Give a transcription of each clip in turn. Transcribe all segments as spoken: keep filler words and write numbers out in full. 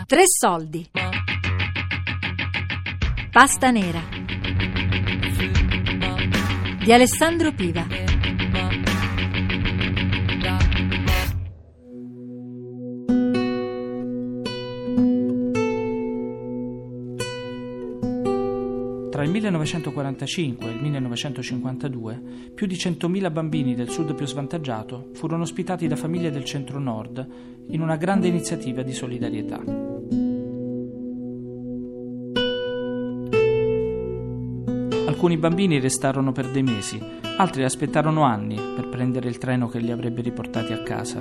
Tre soldi. Pasta nera di Alessandro Piva. Tra il millenovecentoquarantacinque e il millenovecentocinquantadue, più di centomila bambini del sud più svantaggiato furono ospitati da famiglie del centro-nord in una grande iniziativa di solidarietà. Alcuni bambini restarono per dei mesi, altri aspettarono anni per prendere il treno che li avrebbe riportati a casa.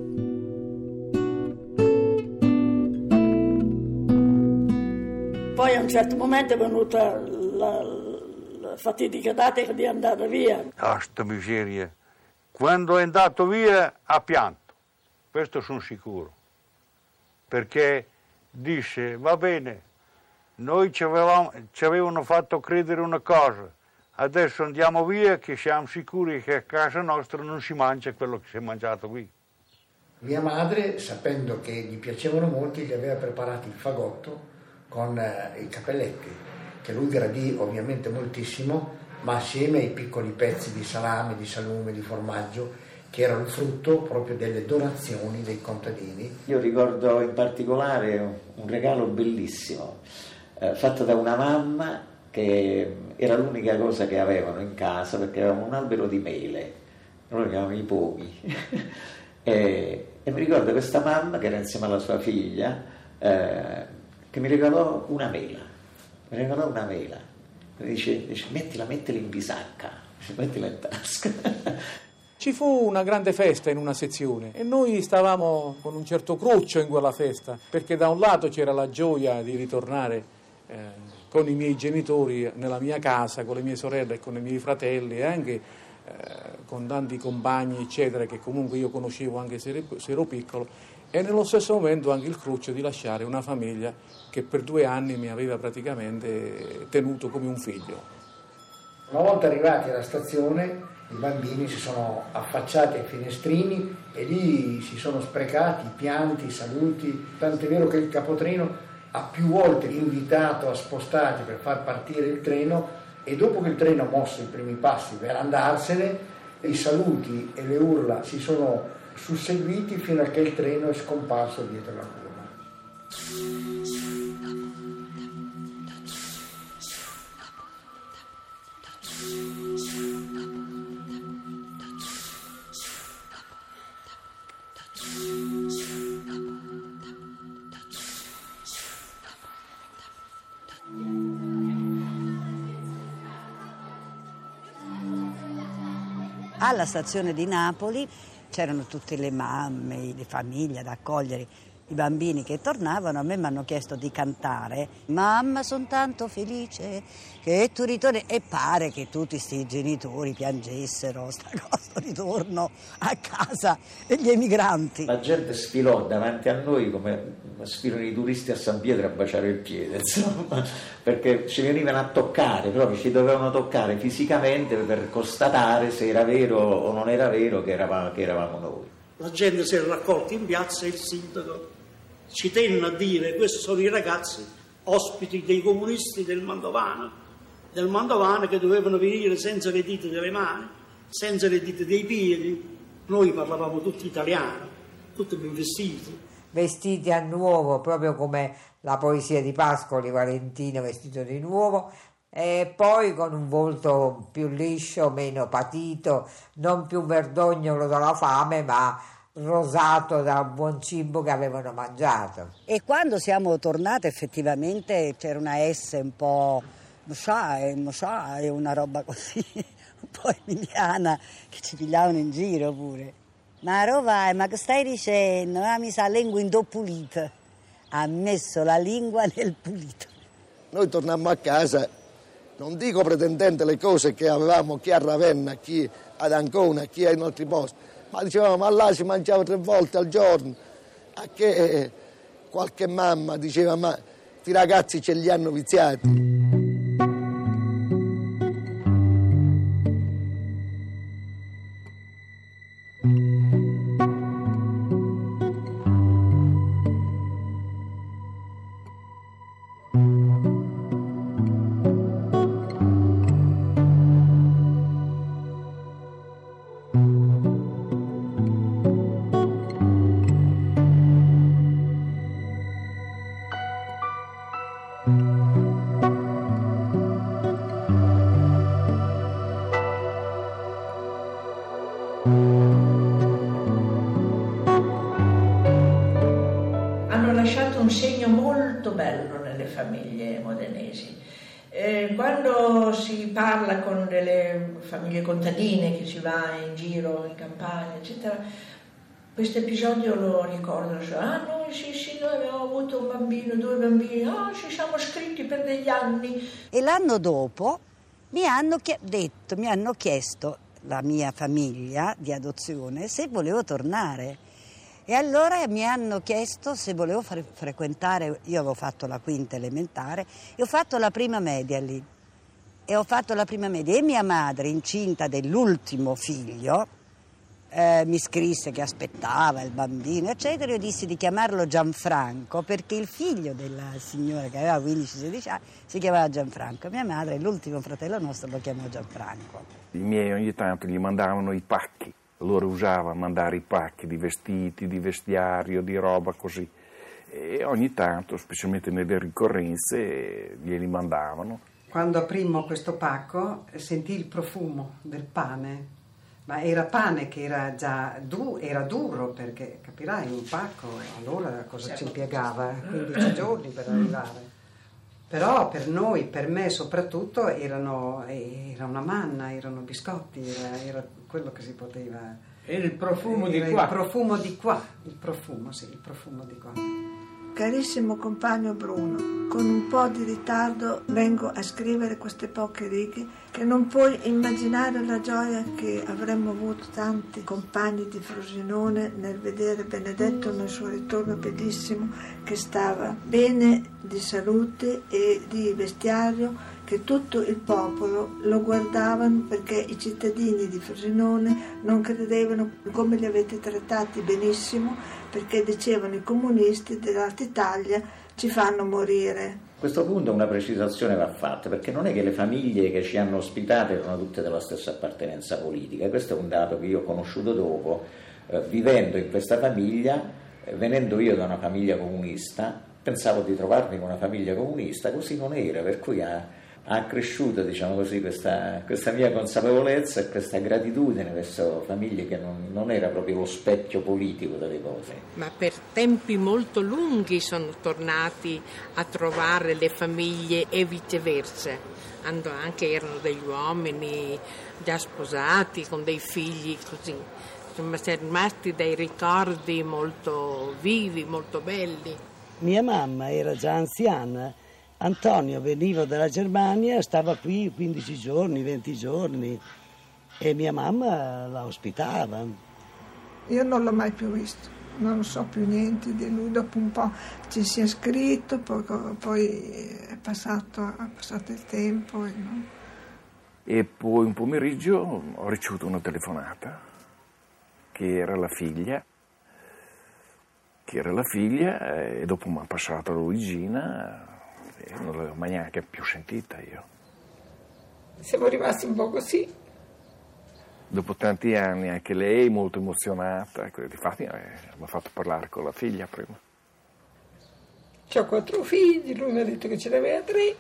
Poi a un certo momento è venuta la, la fatidica data di andare via. Ah, sta miseria. Quando è andato via ha pianto, questo sono sicuro, perché disse, va bene, noi ci, avevamo, ci avevano fatto credere una cosa, adesso andiamo via che siamo sicuri che a casa nostra non si mangia quello che si è mangiato qui. Mia madre, sapendo che gli piacevano molto, gli aveva preparato il fagotto con eh, i cappelletti, che lui gradì ovviamente moltissimo, ma assieme ai piccoli pezzi di salame, di salume, di formaggio, che erano frutto proprio delle donazioni dei contadini. Io ricordo in particolare un regalo bellissimo, eh, fatto da una mamma che era l'unica cosa che avevano in casa, perché avevamo un albero di mele, noi lo chiamavamo i pomi, e, e mi ricordo questa mamma che era insieme alla sua figlia, eh, che mi regalò una mela, mi regalò una mela, mi dice, dice mettila, mettila in bisacca, dice, mettila in tasca. Ci fu una grande festa in una sezione e noi stavamo con un certo cruccio in quella festa, perché da un lato c'era la gioia di ritornare eh, con i miei genitori nella mia casa, con le mie sorelle e con i miei fratelli e anche eh, con tanti compagni eccetera che comunque io conoscevo anche se ero piccolo, e nello stesso momento anche il cruccio di lasciare una famiglia che per due anni mi aveva praticamente tenuto come un figlio. Una volta arrivati alla stazione i bambini si sono affacciati ai finestrini e lì si sono sprecati pianti, saluti, tant'è vero che il capotreno ha più volte invitato a spostarsi per far partire il treno, e dopo che il treno ha mosso i primi passi per andarsene, i saluti e le urla si sono susseguiti fino a che il treno è scomparso dietro la curva. Alla stazione di Napoli c'erano tutte le mamme, le famiglie ad accogliere i bambini che tornavano. A me mi hanno chiesto di cantare "Mamma, sono tanto felice che tu ritorni", e pare che tutti sti genitori piangessero sta cosa, ritorno a casa degli emigranti. La gente sfilò davanti a noi come sfilano i turisti a San Pietro a baciare il piede, insomma, perché ci venivano a toccare, proprio ci dovevano toccare fisicamente per constatare se era vero o non era vero che eravamo, che eravamo noi. La gente si è raccolta in piazza e il sindaco ci tenne a dire: questi sono i ragazzi ospiti dei comunisti del Mantovano, del Mantovano che dovevano venire senza le dita delle mani, senza le dita dei piedi. Noi parlavamo tutti italiano, tutti ben vestiti. Vestiti a nuovo, proprio come la poesia di Pascoli, Valentino vestito di nuovo, e poi con un volto più liscio, meno patito, non più verdognolo dalla fame, ma rosato da un buon cibo che avevano mangiato. E quando siamo tornate effettivamente c'era una S un po' mosciae, mosciae, una roba così, un po' emiliana, che ci pigliavano in giro pure. Ma Rovai, ma che stai dicendo? Ah, mi sa lingua in do pulita. Ha messo la lingua nel pulito. Noi tornammo a casa, non dico pretendente le cose che avevamo chi a Ravenna, chi ad Ancona, chi in altri posti, ma dicevamo, ma là si mangiava tre volte al giorno, a che qualche mamma diceva, ma questi ragazzi ce li hanno viziati. lasciato un segno molto bello nelle famiglie modenesi. Eh, quando si parla con delle famiglie contadine, che si va in giro in campagna, eccetera, questo episodio lo ricordano, cioè, ah noi sì sì, noi abbiamo avuto un bambino, due bambini, ah ci siamo scritti per degli anni. E l'anno dopo mi hanno detto, mi hanno chiesto, la mia famiglia di adozione, se volevo tornare. E allora mi hanno chiesto se volevo fare, frequentare, io avevo fatto la quinta elementare e ho fatto la prima media lì. E ho fatto la prima media e mia madre, incinta dell'ultimo figlio, eh, mi scrisse che aspettava il bambino, eccetera. Io dissi di chiamarlo Gianfranco perché il figlio della signora che aveva quindici sedici anni si chiamava Gianfranco. Mia madre, l'ultimo fratello nostro, lo chiamò Gianfranco. I miei ogni tanto gli mandavano i pacchi. Loro usava mandare i pacchi di vestiti, di vestiario, di roba così. E ogni tanto, specialmente nelle ricorrenze, glieli mandavano. Quando aprimmo questo pacco sentii il profumo del pane, ma era pane che era già du- era duro, perché capirai, un pacco allora cosa ci impiegava? quindici giorni per arrivare. Però per noi, per me soprattutto, erano, era una manna, erano biscotti, era, era quello che si poteva. Era il profumo era di qua. Il profumo di qua, il profumo, sì, il profumo di qua. Carissimo compagno Bruno, con un po' di ritardo vengo a scrivere queste poche righe che non puoi immaginare la gioia che avremmo avuto tanti compagni di Frosinone nel vedere Benedetto nel suo ritorno bellissimo, che stava bene di salute e di vestiario, che tutto il popolo lo guardavano perché i cittadini di Frosinone non credevano come li avete trattati benissimo, perché dicevano i comunisti dell'Alta Italia ci fanno morire. A questo punto una precisazione va fatta, perché non è che le famiglie che ci hanno ospitate erano tutte della stessa appartenenza politica. Questo è un dato che io ho conosciuto dopo, eh, vivendo in questa famiglia, eh, venendo io da una famiglia comunista, pensavo di trovarmi con una famiglia comunista, così non era, per cui ha, ha accresciuto, diciamo così, questa, questa mia consapevolezza e questa gratitudine verso famiglie che non, non era proprio lo specchio politico delle cose. Ma per tempi molto lunghi sono tornati a trovare le famiglie e viceversa. Andò anche, erano degli uomini già sposati con dei figli così. Insomma, sono rimasti dei ricordi molto vivi, molto belli. Mia mamma era già anziana. Antonio veniva dalla Germania, stava qui quindici giorni, venti giorni e mia mamma la ospitava. Io non l'ho mai più visto, non so più niente di lui. Dopo un po' ci si è scritto, poi, poi è, passato, è passato il tempo. E, no? E poi un pomeriggio ho ricevuto una telefonata che era la figlia, che era la figlia e dopo mi ha passato Luigina. E non l'avevo mai neanche più sentita io. Siamo rimasti un po' così. Dopo tanti anni anche lei molto emozionata, difatti eh, mi ha fatto parlare con la figlia prima. C'ho quattro figli, lui mi ha detto che ce ne aveva tre.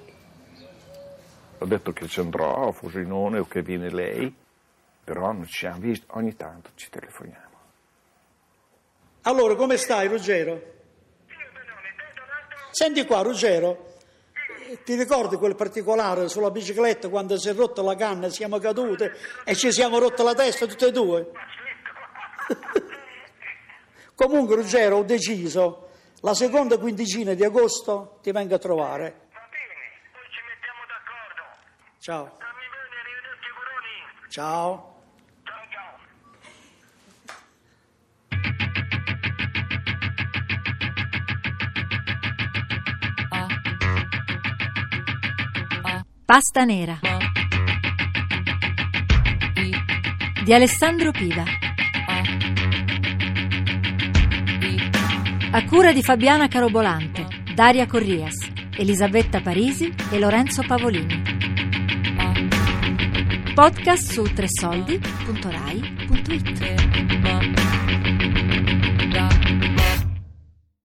Ho detto che ci andrò a Frosinone o che viene lei, però non ci siamo visti, ogni tanto ci telefoniamo. Allora, come stai, Ruggero? Senti qua, Ruggero. Ti ricordi quel particolare sulla bicicletta quando si è rotta la canna, siamo cadute e ci siamo rotte la testa tutte e due? Comunque, Ruggero, ho deciso, la seconda quindicina di agosto ti vengo a trovare. Va bene, poi ci mettiamo d'accordo. Ciao. Stammi bene, arrivederci, Curoni. Ciao. Pasta nera di Alessandro Piva, a cura di Fabiana Carobolante, Daria Corrias, Elisabetta Parisi e Lorenzo Pavolini. Podcast su tresoldi punto rai punto it.